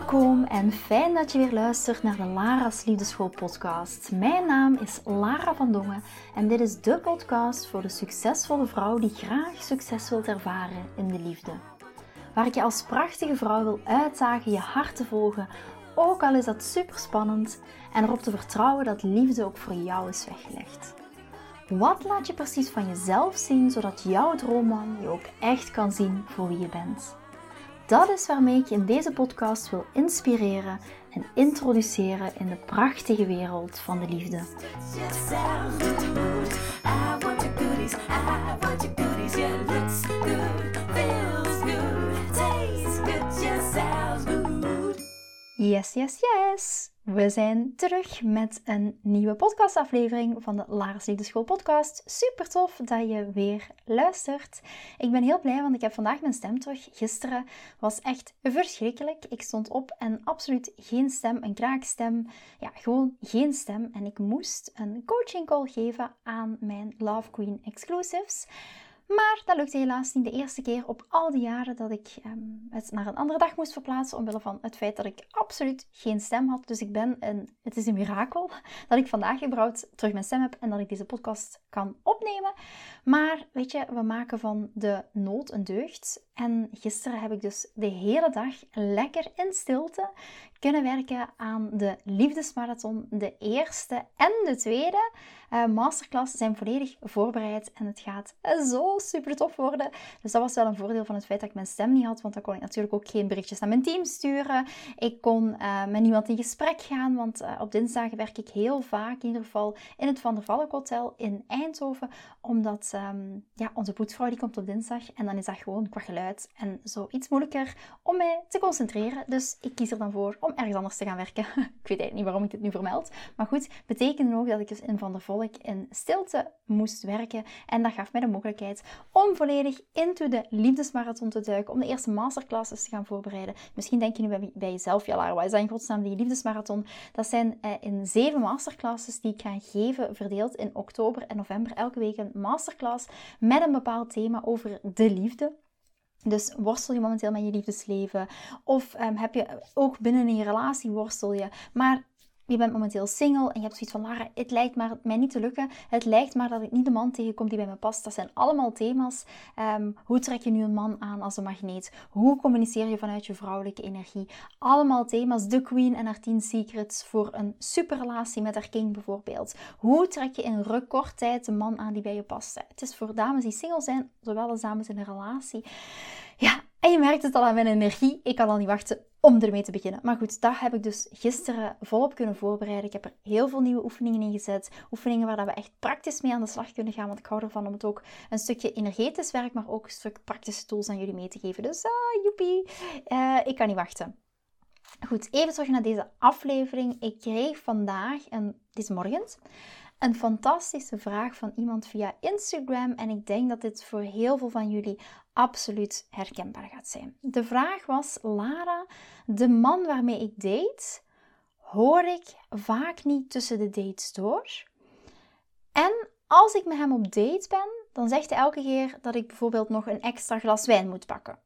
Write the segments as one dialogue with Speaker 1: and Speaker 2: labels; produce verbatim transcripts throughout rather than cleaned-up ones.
Speaker 1: Welkom en fijn dat je weer luistert naar de Lara's Liefdeschool podcast. Mijn naam is Lara van Dongen en dit is de podcast voor de succesvolle vrouw die graag succes wilt ervaren in de liefde. Waar ik je als prachtige vrouw wil uitdagen je hart te volgen, ook al is dat super spannend, en erop te vertrouwen dat liefde ook voor jou is weggelegd. Wat laat je precies van jezelf zien, zodat jouw droomman je ook echt kan zien voor wie je bent? Dat is waarmee ik je in deze podcast wil inspireren en introduceren in de prachtige wereld van de liefde. Yes, yes, yes! We zijn terug met een nieuwe podcastaflevering van de Lara's Liefdeschool podcast. Super tof dat je weer luistert. Ik ben heel blij, want ik heb vandaag mijn stem terug. Gisteren was echt verschrikkelijk. Ik stond op en absoluut geen stem, een kraakstem. Ja, gewoon geen stem. En ik moest een coaching call geven aan mijn Love Queen Exclusives. Maar dat lukte helaas niet de eerste keer op al die jaren dat ik um, het naar een andere dag moest verplaatsen. Omwille van het feit dat ik absoluut geen stem had. Dus ik ben een, het is een mirakel dat ik vandaag überhaupt terug mijn stem heb en dat ik deze podcast kan opnemen. Maar weet je, we maken van de nood een deugd. En gisteren heb ik dus de hele dag lekker in stilte kunnen werken aan de Liefdesmarathon. De eerste en de tweede uh, masterclass zijn volledig voorbereid en het gaat zo super tof worden. Dus dat was wel een voordeel van het feit dat ik mijn stem niet had, want dan kon ik natuurlijk ook geen berichtjes naar mijn team sturen. Ik kon uh, met niemand in gesprek gaan, want uh, op dinsdagen werk ik heel vaak, in ieder geval in het Van der Valk Hotel in Eindhoven, omdat um, ja, onze poetsvrouw die komt op dinsdag en dan is dat gewoon qua geluid en zo iets moeilijker om mij te concentreren. Dus ik kies er dan voor om ergens anders te gaan werken. Ik weet eigenlijk niet waarom ik dit nu vermeld. Maar goed, betekende ook dat ik dus in Van der Valk in stilte moest werken. En dat gaf mij de mogelijkheid om volledig into de Liefdesmarathon te duiken. Om de eerste masterclasses te gaan voorbereiden. Misschien denk je nu bij, bij jezelf, ja Lara, wat is dat in godsnaam die Liefdesmarathon? Dat zijn eh, in zeven masterclasses die ik ga geven, verdeeld in oktober en november. Elke week een masterclass met een bepaald thema over de liefde. Dus worstel je momenteel met je liefdesleven? Of um, heb je ook binnen een relatie worstel je? Maar je bent momenteel single en je hebt zoiets van, Lara, het lijkt maar mij niet te lukken. Het lijkt maar dat ik niet de man tegenkom die bij me past. Dat zijn allemaal thema's. Um, hoe trek je nu een man aan als een magneet? Hoe communiceer je vanuit je vrouwelijke energie? Allemaal thema's. The Queen en haar tien secrets voor een superrelatie met haar king bijvoorbeeld. Hoe trek je in recordtijd de man aan die bij je past? Het is voor dames die single zijn, zowel als dames in een relatie. Ja, en je merkt het al aan mijn energie. Ik kan al niet wachten om ermee te beginnen. Maar goed, dat heb ik dus gisteren volop kunnen voorbereiden. Ik heb er heel veel nieuwe oefeningen in gezet. Oefeningen waar we echt praktisch mee aan de slag kunnen gaan. Want ik hou ervan om het ook een stukje energetisch werk, maar ook een stuk praktische tools aan jullie mee te geven. Dus ah, joepie, uh, ik kan niet wachten. Goed, even terug naar deze aflevering. Ik kreeg vandaag, en dit is morgens, een fantastische vraag van iemand via Instagram. En ik denk dat dit voor heel veel van jullie absoluut herkenbaar gaat zijn. De vraag was, Lara, de man waarmee ik date, hoor ik vaak niet tussen de dates door. En als ik met hem op date ben, dan zegt hij elke keer dat ik bijvoorbeeld nog een extra glas wijn moet pakken.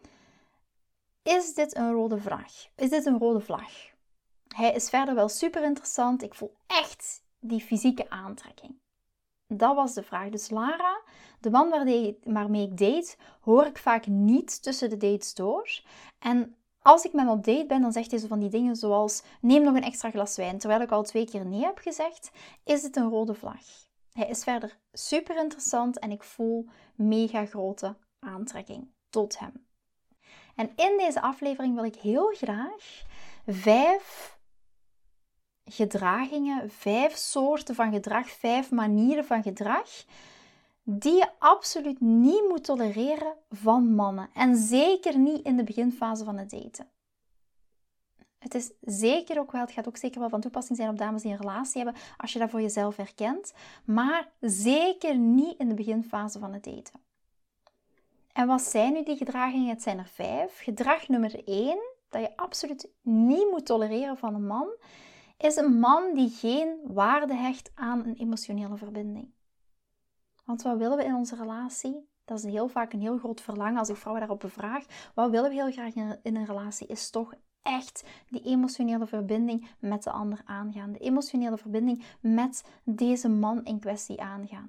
Speaker 1: Is dit een rode vlag? Is dit een rode vlag? Hij is verder wel super interessant. Ik voel echt die fysieke aantrekking. Dat was de vraag. Dus Lara, de man waarmee ik date, hoor ik vaak niet tussen de dates door. En als ik met hem op date ben, dan zegt hij zo van die dingen zoals, neem nog een extra glas wijn. Terwijl ik al twee keer nee heb gezegd, is het een rode vlag. Hij is verder super interessant en ik voel mega grote aantrekking tot hem. En in deze aflevering wil ik heel graag vijf gedragingen, vijf soorten van gedrag, vijf manieren van gedrag, die je absoluut niet moet tolereren van mannen. En zeker niet in de beginfase van het daten. Het is zeker ook wel, het gaat ook zeker wel van toepassing zijn op dames die een relatie hebben, als je dat voor jezelf herkent, maar zeker niet in de beginfase van het daten. En wat zijn nu die gedragingen? Het zijn er vijf. Gedrag nummer één, dat je absoluut niet moet tolereren van een man, is een man die geen waarde hecht aan een emotionele verbinding. Want wat willen we in onze relatie? Dat is heel vaak een heel groot verlangen als ik vrouwen daarop bevraag. Wat willen we heel graag in een relatie? Is toch echt die emotionele verbinding met de ander aangaan. De emotionele verbinding met deze man in kwestie aangaan.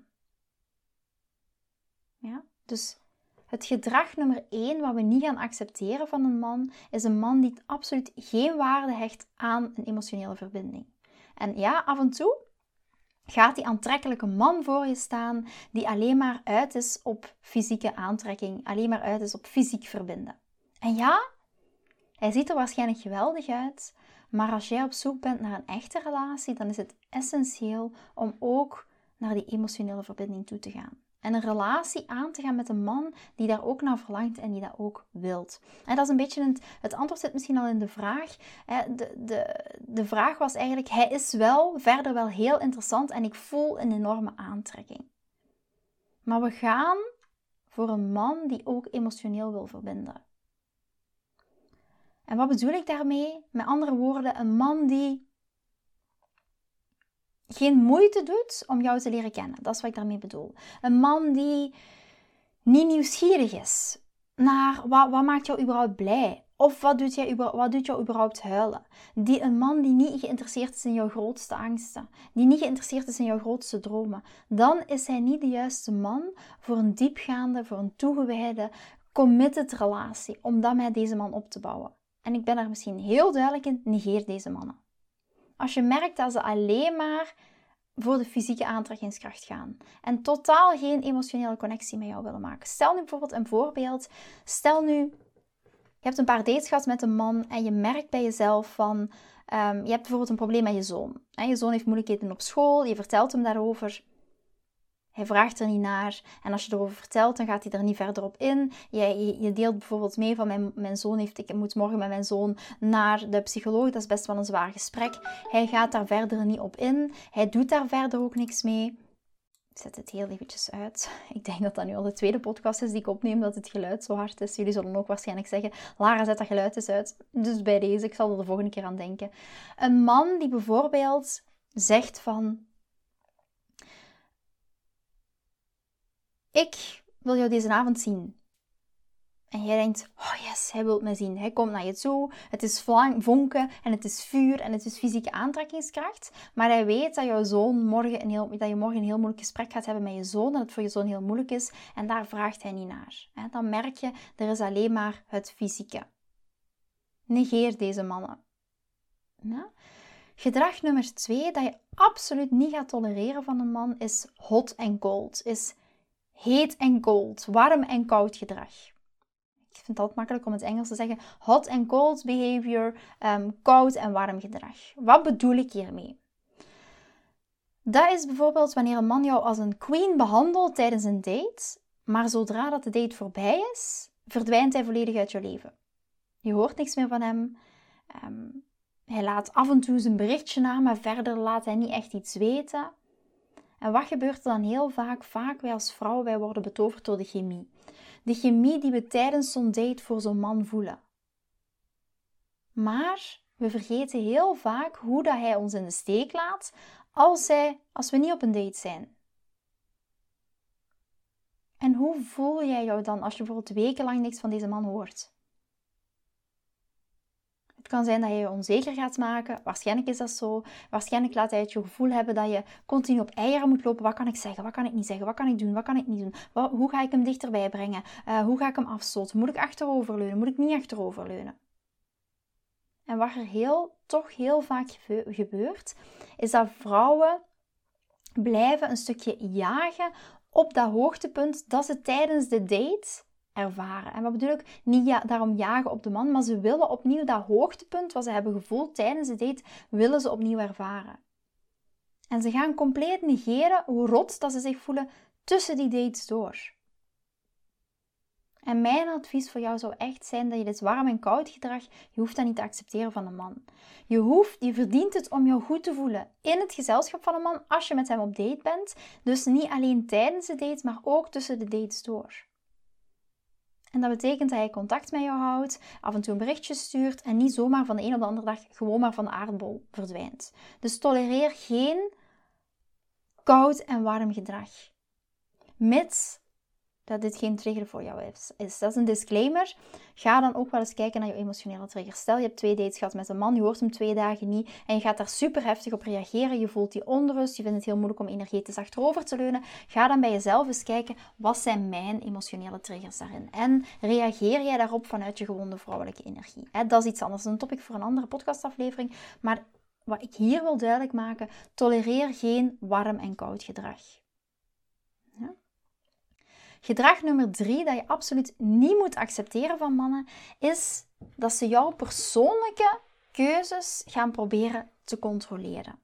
Speaker 1: Ja? Dus het gedrag nummer één wat we niet gaan accepteren van een man, is een man die absoluut geen waarde hecht aan een emotionele verbinding. En ja, af en toe gaat die aantrekkelijke man voor je staan die alleen maar uit is op fysieke aantrekking, alleen maar uit is op fysiek verbinden. En ja, hij ziet er waarschijnlijk geweldig uit, maar als jij op zoek bent naar een echte relatie, dan is het essentieel om ook naar die emotionele verbinding toe te gaan. En een relatie aan te gaan met een man die daar ook naar verlangt en die dat ook wilt. En dat is een beetje het, het antwoord zit misschien al in de vraag. De, de, de vraag was eigenlijk, hij is wel verder wel heel interessant en ik voel een enorme aantrekking. Maar we gaan voor een man die ook emotioneel wil verbinden. En wat bedoel ik daarmee? Met andere woorden, een man die geen moeite doet om jou te leren kennen. Dat is wat ik daarmee bedoel. Een man die niet nieuwsgierig is naar wat, wat maakt jou überhaupt blij? Of wat doet, jij, wat doet jou überhaupt huilen? Die, een man die niet geïnteresseerd is in jouw grootste angsten. Die niet geïnteresseerd is in jouw grootste dromen. Dan is hij niet de juiste man voor een diepgaande, voor een toegewijde, committed relatie. Om dan met deze man op te bouwen. En ik ben daar misschien heel duidelijk in, negeer deze mannen. Als je merkt dat ze alleen maar voor de fysieke aantrekkingskracht gaan en totaal geen emotionele connectie met jou willen maken. Stel nu bijvoorbeeld een voorbeeld. Stel nu, je hebt een paar dates gehad met een man en je merkt bij jezelf van, um, je hebt bijvoorbeeld een probleem met je zoon. Je zoon heeft moeilijkheden op school, je vertelt hem daarover. Hij vraagt er niet naar. En als je erover vertelt, dan gaat hij er niet verder op in. Je, je, je deelt bijvoorbeeld mee van mijn, mijn zoon heeft... Ik moet morgen met mijn zoon naar de psycholoog. Dat is best wel een zwaar gesprek. Hij gaat daar verder niet op in. Hij doet daar verder ook niks mee. Ik zet het heel eventjes uit. Ik denk dat dat nu al de tweede podcast is die ik opneem, dat het geluid zo hard is. Jullie zullen ook waarschijnlijk zeggen, Lara, zet dat geluid eens uit. Dus bij deze, ik zal er de volgende keer aan denken. Een man die bijvoorbeeld zegt van... Ik wil jou deze avond zien. En jij denkt, oh yes, hij wil mij zien. Hij komt naar je toe. Het is vonken en het is vuur en het is fysieke aantrekkingskracht. Maar hij weet dat, jouw zoon morgen een heel, dat je morgen een heel moeilijk gesprek gaat hebben met je zoon. Dat het voor je zoon heel moeilijk is. En daar vraagt hij niet naar. Dan merk je, er is alleen maar het fysieke. Negeer deze mannen. Ja? Gedrag nummer twee, dat je absoluut niet gaat tolereren van een man, is hot en cold. Is heet en cold, warm en koud gedrag. Ik vind het altijd makkelijk om het Engels te zeggen. Hot and cold behavior, um, koud en warm gedrag. Wat bedoel ik hiermee? Dat is bijvoorbeeld wanneer een man jou als een queen behandelt tijdens een date, maar zodra dat de date voorbij is, verdwijnt hij volledig uit je leven. Je hoort niks meer van hem. Um, hij laat af en toe zijn berichtje na, maar verder laat hij niet echt iets weten. En wat gebeurt er dan heel vaak? Vaak wij als vrouw, wij worden betoverd door de chemie. De chemie die we tijdens zo'n date voor zo'n man voelen. Maar we vergeten heel vaak hoe dat hij ons in de steek laat als, hij, als we niet op een date zijn. En hoe voel jij jou dan als je bijvoorbeeld wekenlang niks van deze man hoort? Het kan zijn dat je je onzeker gaat maken. Waarschijnlijk is dat zo. Waarschijnlijk laat hij het je gevoel hebben dat je continu op eieren moet lopen. Wat kan ik zeggen? Wat kan ik niet zeggen? Wat kan ik doen? Wat kan ik niet doen? Wat, hoe ga ik hem dichterbij brengen? Uh, hoe ga ik hem afstoten? Moet ik achteroverleunen? Moet ik niet achteroverleunen? En wat er heel, toch heel vaak gebeurt, is dat vrouwen blijven een stukje jagen op dat hoogtepunt dat ze tijdens de date ervaren. En wat bedoel ik? Niet ja, daarom jagen op de man, maar ze willen opnieuw dat hoogtepunt wat ze hebben gevoeld tijdens de date, willen ze opnieuw ervaren. En ze gaan compleet negeren hoe rot dat ze zich voelen tussen die dates door. En mijn advies voor jou zou echt zijn dat je dit warm en koud gedrag, je hoeft dat niet te accepteren van een man. Je hoeft, je verdient het om jou goed te voelen in het gezelschap van een man als je met hem op date bent. Dus niet alleen tijdens de date, maar ook tussen de dates door. En dat betekent dat hij contact met jou houdt, af en toe een berichtje stuurt en niet zomaar van de een op de andere dag gewoon maar van de aardbol verdwijnt. Dus tolereer geen koud en warm gedrag. Mits dat dit geen trigger voor jou is. is. Dat is een disclaimer. Ga dan ook wel eens kijken naar je emotionele trigger. Stel, je hebt twee dates gehad met een man, je hoort hem twee dagen niet en je gaat daar super heftig op reageren. Je voelt die onrust, je vindt het heel moeilijk om energetisch achterover te leunen. Ga dan bij jezelf eens kijken, wat zijn mijn emotionele triggers daarin? En reageer jij daarop vanuit je gewonde vrouwelijke energie? Hè, dat is iets anders, dat is een topic voor een andere podcastaflevering. Maar wat ik hier wil duidelijk maken, tolereer geen warm en koud gedrag. Ja? Gedrag nummer drie, dat je absoluut niet moet accepteren van mannen, is dat ze jouw persoonlijke keuzes gaan proberen te controleren.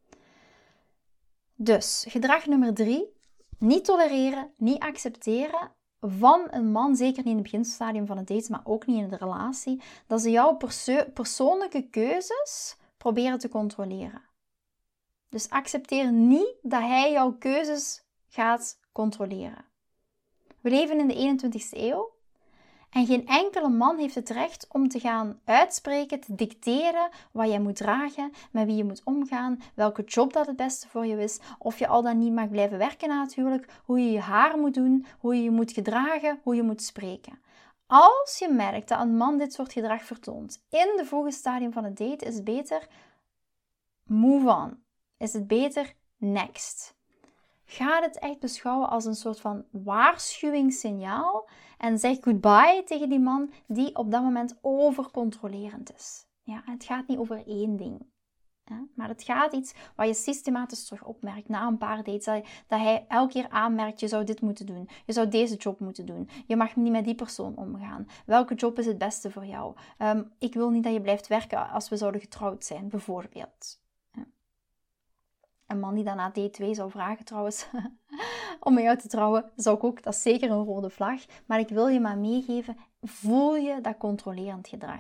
Speaker 1: Dus, gedrag nummer drie, niet tolereren, niet accepteren van een man, zeker niet in het beginstadium van het daten, maar ook niet in de relatie, dat ze jouw perso- persoonlijke keuzes proberen te controleren. Dus accepteer niet dat hij jouw keuzes gaat controleren. We leven in de eenentwintigste eeuw en geen enkele man heeft het recht om te gaan uitspreken, te dicteren wat jij moet dragen, met wie je moet omgaan, welke job dat het beste voor je is, of je al dan niet mag blijven werken natuurlijk, hoe je je haar moet doen, hoe je je moet gedragen, hoe je moet spreken. Als je merkt dat een man dit soort gedrag vertoont in de vroege stadium van het date, is het beter move on. Is het beter next. Ga het echt beschouwen als een soort van waarschuwingssignaal en zeg goodbye tegen die man die op dat moment overcontrolerend is. Ja, het gaat niet over één ding. Ja, maar het gaat iets wat je systematisch terug opmerkt na een paar dates. Dat, dat hij elke keer aanmerkt, je zou dit moeten doen. Je zou deze job moeten doen. Je mag niet met die persoon omgaan. Welke job is het beste voor jou? Um, ik wil niet dat je blijft werken als we zouden getrouwd zijn, bijvoorbeeld. Ja. Een man die dan na date twee zou vragen trouwens, om met jou te trouwen, zou ik ook, dat is zeker een rode vlag. Maar ik wil je maar meegeven, voel je dat controlerend gedrag.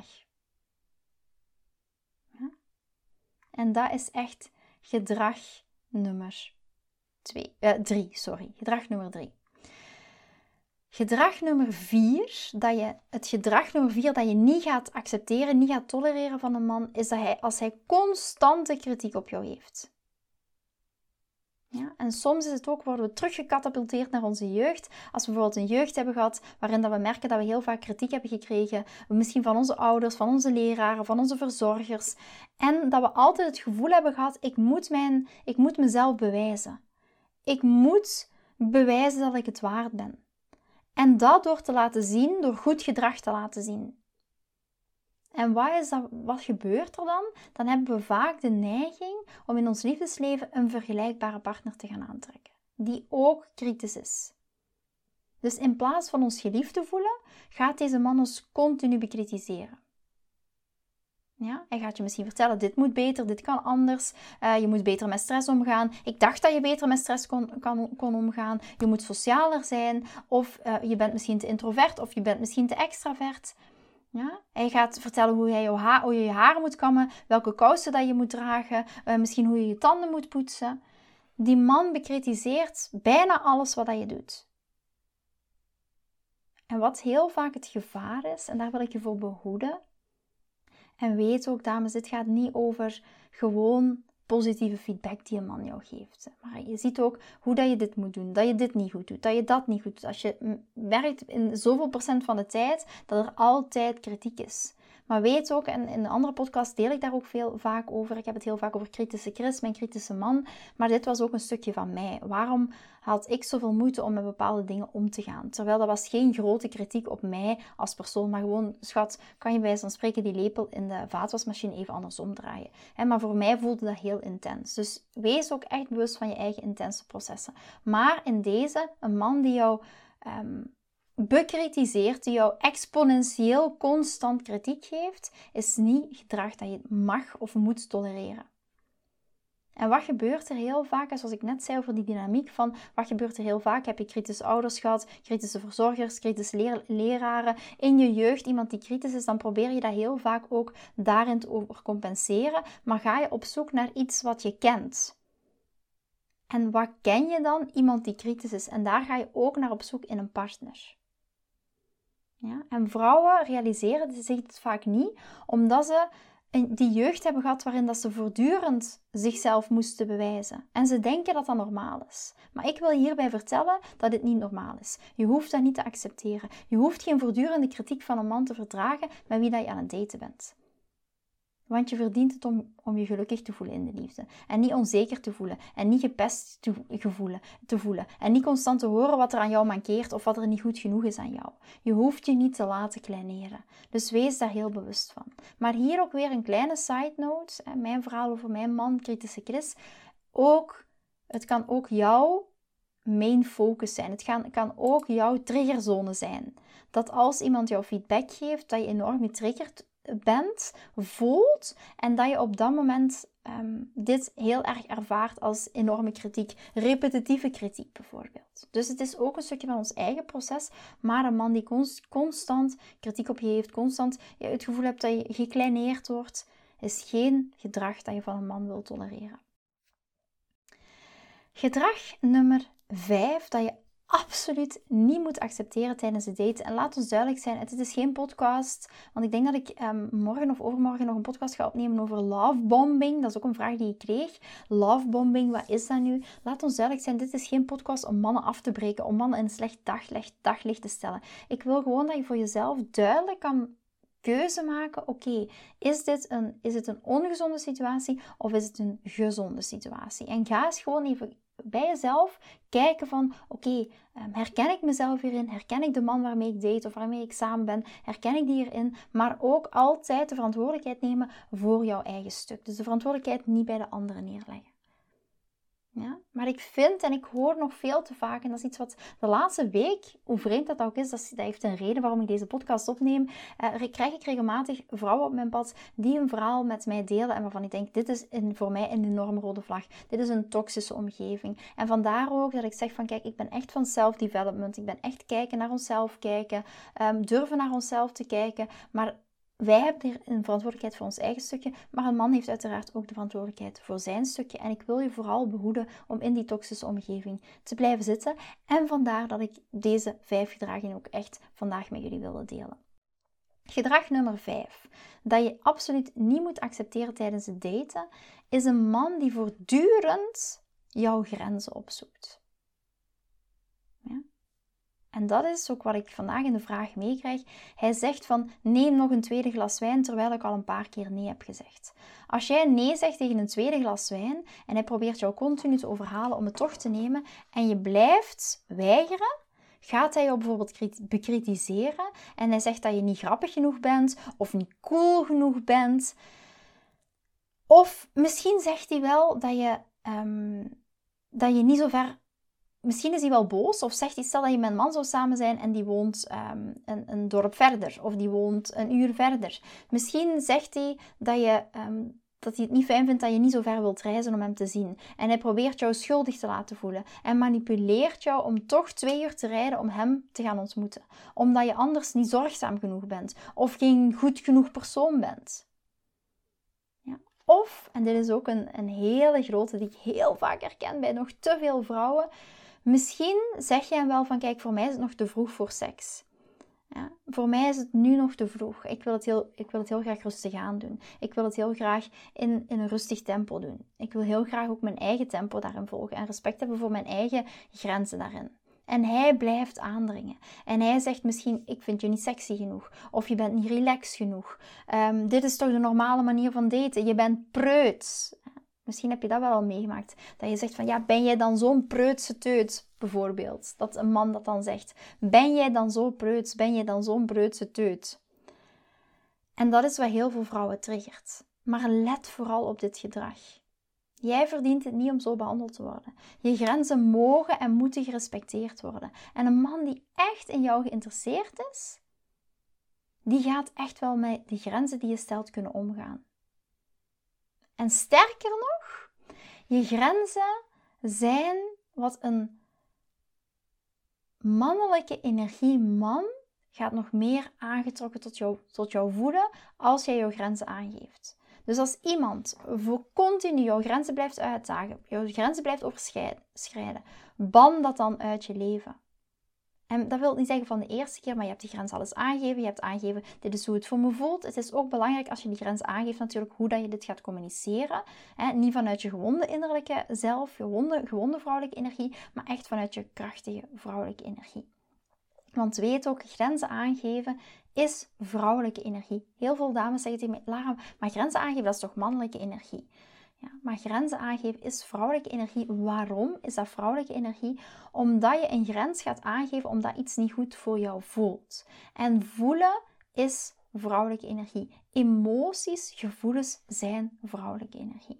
Speaker 1: En dat is echt gedrag nummer twee, uh, drie. Sorry, gedrag nummer drie. Gedrag nummer vier, dat je, het gedrag nummer vier dat je niet gaat accepteren, niet gaat tolereren van een man, is dat hij, als hij constante kritiek op jou heeft. Ja, en soms is het ook, worden we teruggecatapulteerd naar onze jeugd. Als we bijvoorbeeld een jeugd hebben gehad waarin dat we merken dat we heel vaak kritiek hebben gekregen. Misschien van onze ouders, van onze leraren, van onze verzorgers. En dat we altijd het gevoel hebben gehad, ik moet, mijn, ik moet mezelf bewijzen. Ik moet bewijzen dat ik het waard ben. En dat door te laten zien, door goed gedrag te laten zien. En wat, is dat, wat gebeurt er dan? Dan hebben we vaak de neiging om in ons liefdesleven een vergelijkbare partner te gaan aantrekken. Die ook kritisch is. Dus in plaats van ons geliefd te voelen, gaat deze man ons continu bekritiseren. Ja, hij gaat je misschien vertellen, dit moet beter, dit kan anders. Uh, je moet beter met stress omgaan. Ik dacht dat je beter met stress kon, kan, kon omgaan. Je moet socialer zijn. Of uh, je bent misschien te introvert of je bent misschien te extravert. Ja? Hij gaat vertellen hoe, hij jouw haar, hoe je je haar moet kammen, welke kousen dat je moet dragen, uh, misschien hoe je je tanden moet poetsen. Die man bekritiseert bijna alles wat dat je doet. En wat heel vaak het gevaar is, en daar wil ik je voor behoeden. En weet ook, dames, dit gaat niet over gewoon positieve feedback die een man jou geeft. Maar je ziet ook hoe dat je dit moet doen, dat je dit niet goed doet, dat je dat niet goed doet. Als je werkt in zoveel procent van de tijd, dat er altijd kritiek is. Maar weet ook, en in een andere podcast deel ik daar ook veel vaak over. Ik heb het heel vaak over kritische Chris, mijn kritische man. Maar dit was ook een stukje van mij. Waarom had ik zoveel moeite om met bepaalde dingen om te gaan? Terwijl dat was geen grote kritiek op mij als persoon. Maar gewoon, schat, kan je bij wijze van spreken die lepel in de vaatwasmachine even anders omdraaien? He, maar voor mij voelde dat heel intens. Dus wees ook echt bewust van je eigen intense processen. Maar in deze, een man die jou Um, bekritiseert, die jou exponentieel constant kritiek geeft, is niet gedrag dat je mag of moet tolereren. En wat gebeurt er heel vaak, zoals ik net zei over die dynamiek van, wat gebeurt er heel vaak? Heb je kritische ouders gehad, kritische verzorgers, kritische leer- leraren in je jeugd, iemand die kritisch is, dan probeer je dat heel vaak ook daarin te overcompenseren, maar ga je op zoek naar iets wat je kent. En wat ken je dan? Iemand die kritisch is. En daar ga je ook naar op zoek in een partner. Ja? En vrouwen realiseren zich het vaak niet, omdat ze die jeugd hebben gehad waarin dat ze voortdurend zichzelf moesten bewijzen. En ze denken dat dat normaal is. Maar ik wil hierbij vertellen dat dit niet normaal is. Je hoeft dat niet te accepteren. Je hoeft geen voortdurende kritiek van een man te verdragen met wie dat je aan het daten bent. Want je verdient het om, om je gelukkig te voelen in de liefde. En niet onzeker te voelen. En niet gepest te, gevoelen, te voelen. En niet constant te horen wat er aan jou mankeert of wat er niet goed genoeg is aan jou. Je hoeft je niet te laten kleineren. Dus wees daar heel bewust van. Maar hier ook weer een kleine side note. Hè, mijn verhaal over mijn man, kritische Chris. Ook, het kan ook jouw main focus zijn. Het kan, kan ook jouw triggerzone zijn. Dat als iemand jou feedback geeft, dat je enorm getriggerd bent, voelt en dat je op dat moment um, dit heel erg ervaart als enorme kritiek, repetitieve kritiek bijvoorbeeld. Dus het is ook een stukje van ons eigen proces, maar een man die const, constant kritiek op je heeft, constant je het gevoel hebt dat je gekleineerd wordt, is geen gedrag dat je van een man wilt tolereren. Gedrag nummer vijf dat je absoluut niet moet accepteren tijdens het daten. En laat ons duidelijk zijn, het is geen podcast, want ik denk dat ik um, morgen of overmorgen nog een podcast ga opnemen over lovebombing. Dat is ook een vraag die ik kreeg. Lovebombing, wat is dat nu? Laat ons duidelijk zijn, dit is geen podcast om mannen af te breken, om mannen in een slecht daglicht, daglicht te stellen. Ik wil gewoon dat je voor jezelf duidelijk kan keuze maken. Oké, okay, is dit een, is het een ongezonde situatie of is het een gezonde situatie? En ga eens gewoon even bij jezelf kijken van, oké, okay, um, herken ik mezelf hierin? Herken ik de man waarmee ik date of waarmee ik samen ben? Herken ik die hierin? Maar ook altijd de verantwoordelijkheid nemen voor jouw eigen stuk. Dus de verantwoordelijkheid niet bij de anderen neerleggen. Ja? Maar ik vind en ik hoor nog veel te vaak, en dat is iets wat de laatste week, hoe vreemd dat ook is, dat heeft een reden waarom ik deze podcast opneem, uh, krijg ik regelmatig vrouwen op mijn pad die een verhaal met mij delen en waarvan ik denk, dit is een, voor mij een enorm rode vlag. Dit is een toxische omgeving. En vandaar ook dat ik zeg van, kijk, ik ben echt van self-development. Ik ben echt kijken naar onszelf kijken, um, durven naar onszelf te kijken, maar wij hebben hier een verantwoordelijkheid voor ons eigen stukje, maar een man heeft uiteraard ook de verantwoordelijkheid voor zijn stukje. En ik wil je vooral behoeden om in die toxische omgeving te blijven zitten. En vandaar dat ik deze vijf gedragen ook echt vandaag met jullie wilde delen. Gedrag nummer vijf, dat je absoluut niet moet accepteren tijdens het daten, is een man die voortdurend jouw grenzen opzoekt. Ja? En dat is ook wat ik vandaag in de vraag meekrijg. Hij zegt van, neem nog een tweede glas wijn, terwijl ik al een paar keer nee heb gezegd. Als jij nee zegt tegen een tweede glas wijn en hij probeert jou continu te overhalen om het toch te nemen en je blijft weigeren, gaat hij jou bijvoorbeeld bekritiseren en hij zegt dat je niet grappig genoeg bent of niet cool genoeg bent. Of misschien zegt hij wel dat je, um, dat je niet zo ver... Misschien is hij wel boos of zegt hij, stel dat je met een man zou samen zijn en die woont um, een, een dorp verder of die woont een uur verder. Misschien zegt hij dat, je, um, dat hij het niet fijn vindt dat je niet zo ver wilt reizen om hem te zien. En hij probeert jou schuldig te laten voelen en manipuleert jou om toch twee uur te rijden om hem te gaan ontmoeten. Omdat je anders niet zorgzaam genoeg bent of geen goed genoeg persoon bent. Ja. Of, en dit is ook een, een hele grote die ik heel vaak herken bij nog te veel vrouwen. Misschien zeg je hem wel van, kijk, voor mij is het nog te vroeg voor seks. Ja, voor mij is het nu nog te vroeg. Ik wil het heel, ik wil het heel graag rustig aan doen. Ik wil het heel graag in, in een rustig tempo doen. Ik wil heel graag ook mijn eigen tempo daarin volgen. En respect hebben voor mijn eigen grenzen daarin. En hij blijft aandringen. En hij zegt misschien, ik vind je niet sexy genoeg. Of je bent niet relaxed genoeg. Um, dit is toch de normale manier van daten. Je bent preuts. Misschien heb je dat wel al meegemaakt. Dat je zegt van, ja, ben jij dan zo'n preutse teut, bijvoorbeeld? Dat een man dat dan zegt. Ben jij dan zo preuts? Ben jij dan zo'n preutse teut? En dat is wat heel veel vrouwen triggert. Maar let vooral op dit gedrag. Jij verdient het niet om zo behandeld te worden. Je grenzen mogen en moeten gerespecteerd worden. En een man die echt in jou geïnteresseerd is, die gaat echt wel met de grenzen die je stelt kunnen omgaan. En sterker nog, je grenzen zijn wat een mannelijke energieman gaat nog meer aangetrokken tot, jou, tot jouw voeden als jij jouw grenzen aangeeft. Dus als iemand voor continu jouw grenzen blijft uitdagen, jouw grenzen blijft overschrijden, ban dat dan uit je leven. En dat wil niet zeggen van de eerste keer, maar je hebt die grens alles aangegeven. Je hebt aangegeven, dit is hoe het voor me voelt. Het is ook belangrijk als je die grens aangeeft natuurlijk hoe dat je dit gaat communiceren. He, niet vanuit je gewonde innerlijke zelf, gewonde, gewonde vrouwelijke energie, maar echt vanuit je krachtige vrouwelijke energie. Want weet ook, grenzen aangeven is vrouwelijke energie. Heel veel dames zeggen tegen mij, Lara, maar grenzen aangeven, dat is toch mannelijke energie? Ja, maar grenzen aangeven is vrouwelijke energie. Waarom is dat vrouwelijke energie? Omdat je een grens gaat aangeven omdat iets niet goed voor jou voelt. En voelen is vrouwelijke energie. Emoties, gevoelens zijn vrouwelijke energie.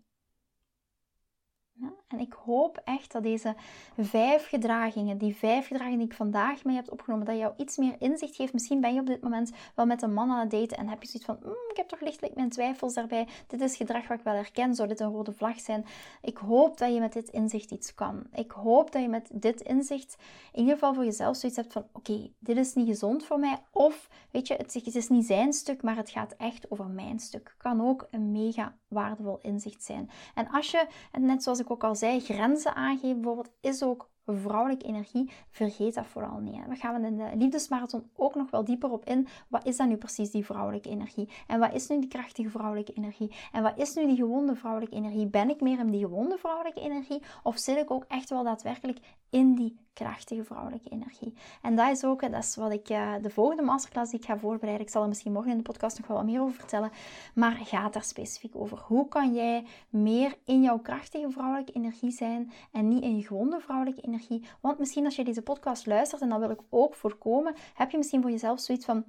Speaker 1: Ja, en ik hoop echt dat deze vijf gedragingen, die vijf gedragingen die ik vandaag mee heb opgenomen, dat jou iets meer inzicht geeft. Misschien ben je op dit moment wel met een man aan het daten en heb je zoiets van, mm, ik heb toch lichtelijk mijn twijfels daarbij. Dit is gedrag wat ik wel herken, zou dit een rode vlag zijn? Ik hoop dat je met dit inzicht iets kan. Ik hoop dat je met dit inzicht in ieder geval voor jezelf zoiets hebt van, oké, okay, dit is niet gezond voor mij. Of, weet je, het is niet zijn stuk, maar het gaat echt over mijn stuk. Kan ook een mega waardevol inzicht zijn. En als je, net zoals ik ook al zei, grenzen aangeven bijvoorbeeld, is ook vrouwelijke energie. Vergeet dat vooral niet. Hè. We gaan in de liefdesmarathon ook nog wel dieper op in. Wat is dan nu precies die vrouwelijke energie? En wat is nu die krachtige vrouwelijke energie? En wat is nu die gewonde vrouwelijke energie? Ben ik meer in die gewonde vrouwelijke energie? Of zit ik ook echt wel daadwerkelijk in die krachtige vrouwelijke energie? En dat is ook, dat is wat ik, uh, de volgende masterclass die ik ga voorbereiden, ik zal er misschien morgen in de podcast nog wel wat meer over vertellen, maar gaat daar specifiek over. Hoe kan jij meer in jouw krachtige vrouwelijke energie zijn en niet in je gewonde vrouwelijke energie? Want misschien als je deze podcast luistert, en dat wil ik ook voorkomen, heb je misschien voor jezelf zoiets van,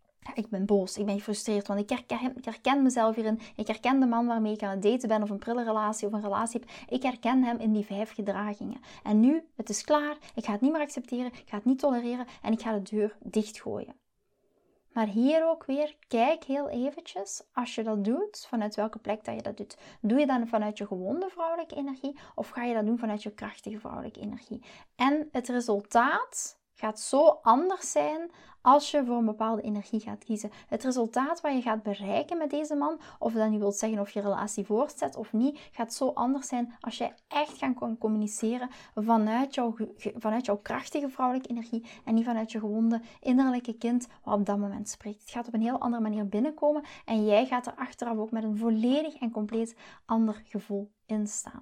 Speaker 1: ik ben boos, ik ben gefrustreerd, want ik herken, ik herken mezelf hierin. Ik herken de man waarmee ik aan het daten ben, of een prille relatie, of een relatie heb. Ik herken hem in die vijf gedragingen. En nu, het is klaar, ik ga het niet meer accepteren, ik ga het niet tolereren en ik ga de deur dichtgooien. Maar hier ook weer, kijk heel eventjes, als je dat doet, vanuit welke plek dat je dat doet. Doe je dat vanuit je gewonde vrouwelijke energie, of ga je dat doen vanuit je krachtige vrouwelijke energie? En het resultaat gaat zo anders zijn als je voor een bepaalde energie gaat kiezen. Het resultaat wat je gaat bereiken met deze man, of dat nu wilt zeggen of je relatie voortzet of niet, gaat zo anders zijn als jij echt gaat communiceren vanuit jouw, vanuit jouw krachtige vrouwelijke energie en niet vanuit je gewonde innerlijke kind wat op dat moment spreekt. Het gaat op een heel andere manier binnenkomen en jij gaat er achteraf ook met een volledig en compleet ander gevoel in staan.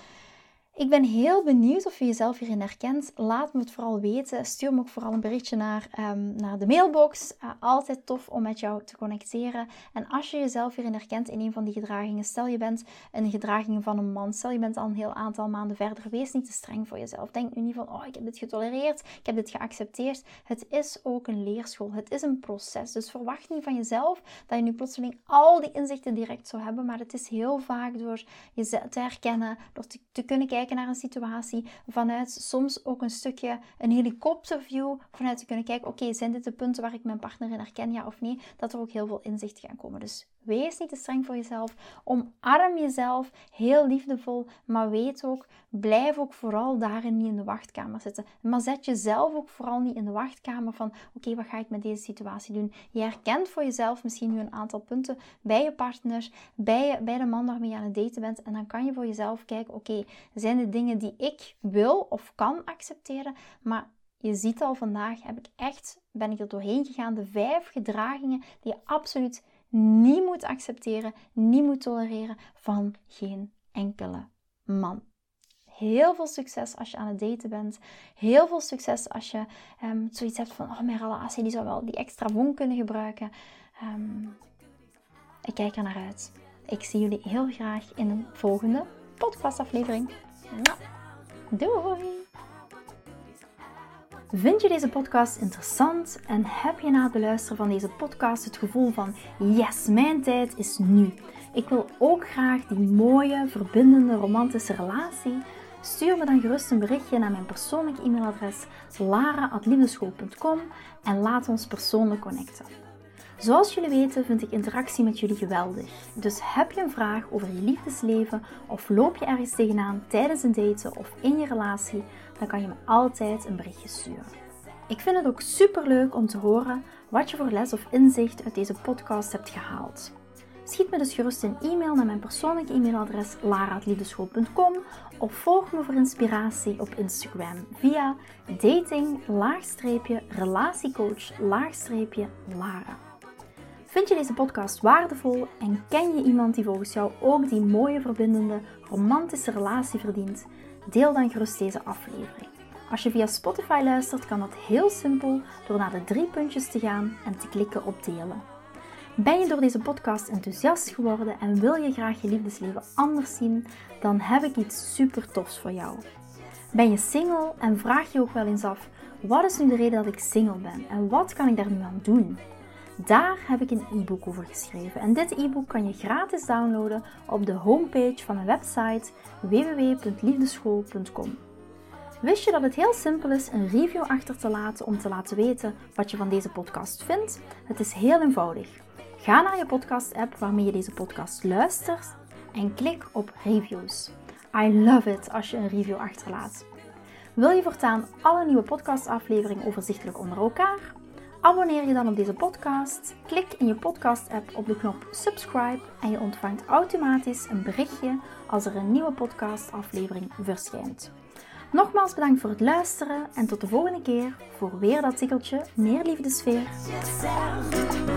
Speaker 1: Ik ben heel benieuwd of je jezelf hierin herkent. Laat me het vooral weten. Stuur me ook vooral een berichtje naar, um, naar de mailbox. Uh, altijd tof om met jou te connecteren. En als je jezelf hierin herkent in een van die gedragingen, stel je bent een gedraging van een man, stel je bent al een heel aantal maanden verder, wees niet te streng voor jezelf. Denk nu niet van, oh, ik heb dit getolereerd, ik heb dit geaccepteerd. Het is ook een leerschool. Het is een proces. Dus verwacht niet van jezelf dat je nu plotseling al die inzichten direct zou hebben. Maar het is heel vaak door je te herkennen, door te, te kunnen kijken naar een situatie, vanuit soms ook een stukje een helikopterview, vanuit te kunnen kijken, oké, okay, zijn dit de punten waar ik mijn partner in herken, ja of nee, dat er ook heel veel inzichten gaan komen. Dus wees niet te streng voor jezelf, omarm jezelf, heel liefdevol, maar weet ook, blijf ook vooral daarin niet in de wachtkamer zitten. Maar zet jezelf ook vooral niet in de wachtkamer van, oké, okay, wat ga ik met deze situatie doen? Je herkent voor jezelf misschien nu een aantal punten bij je partner, bij, je, bij de man waarmee je aan het daten bent, en dan kan je voor jezelf kijken, oké, okay, zijn dit dingen die ik wil of kan accepteren, maar je ziet al vandaag, heb ik echt, ben ik er doorheen gegaan, de vijf gedragingen die je absoluut niet moet accepteren, niet moet tolereren van geen enkele man. Heel veel succes als je aan het daten bent. Heel veel succes als je um, zoiets hebt van, oh, mijn relatie die zou wel die extra woon kunnen gebruiken. Um, ik kijk er naar uit. Ik zie jullie heel graag in een volgende podcastaflevering. Doei! Vind je deze podcast interessant en heb je na het beluisteren van deze podcast het gevoel van yes, mijn tijd is nu. Ik wil ook graag die mooie, verbindende, romantische relatie. Stuur me dan gerust een berichtje naar mijn persoonlijk e-mailadres lara at liefdeschool punt com en laat ons persoonlijk connecten. Zoals jullie weten vind ik interactie met jullie geweldig. Dus heb je een vraag over je liefdesleven of loop je ergens tegenaan tijdens een daten of in je relatie, dan kan je me altijd een berichtje sturen. Ik vind het ook super leuk om te horen wat je voor les of inzicht uit deze podcast hebt gehaald. Schiet me dus gerust een e-mail naar mijn persoonlijke e-mailadres lara at liefdeschool punt com of volg me voor inspiratie op Instagram via dating-relatiecoach-lara. Vind je deze podcast waardevol en ken je iemand die volgens jou ook die mooie, verbindende, romantische relatie verdient? Deel dan gerust deze aflevering. Als je via Spotify luistert, kan dat heel simpel door naar de drie puntjes te gaan en te klikken op delen. Ben je door deze podcast enthousiast geworden en wil je graag je liefdesleven anders zien, dan heb ik iets super tofs voor jou. Ben je single en vraag je ook wel eens af, wat is nu de reden dat ik single ben en wat kan ik daar nu aan doen? Daar heb ik een e-book over geschreven en dit e-book kan je gratis downloaden op de homepage van mijn website w w w punt liefdeschool punt com. Wist je dat het heel simpel is een review achter te laten om te laten weten wat je van deze podcast vindt? Het is heel eenvoudig. Ga naar je podcast-app waarmee je deze podcast luistert en klik op reviews. I love it als je een review achterlaat. Wil je voortaan alle nieuwe podcastafleveringen overzichtelijk onder elkaar? Abonneer je dan op deze podcast, klik in je podcast-app op de knop subscribe en je ontvangt automatisch een berichtje als er een nieuwe podcastaflevering verschijnt. Nogmaals bedankt voor het luisteren en tot de volgende keer voor weer dat tikkeltje meer liefdesfeer.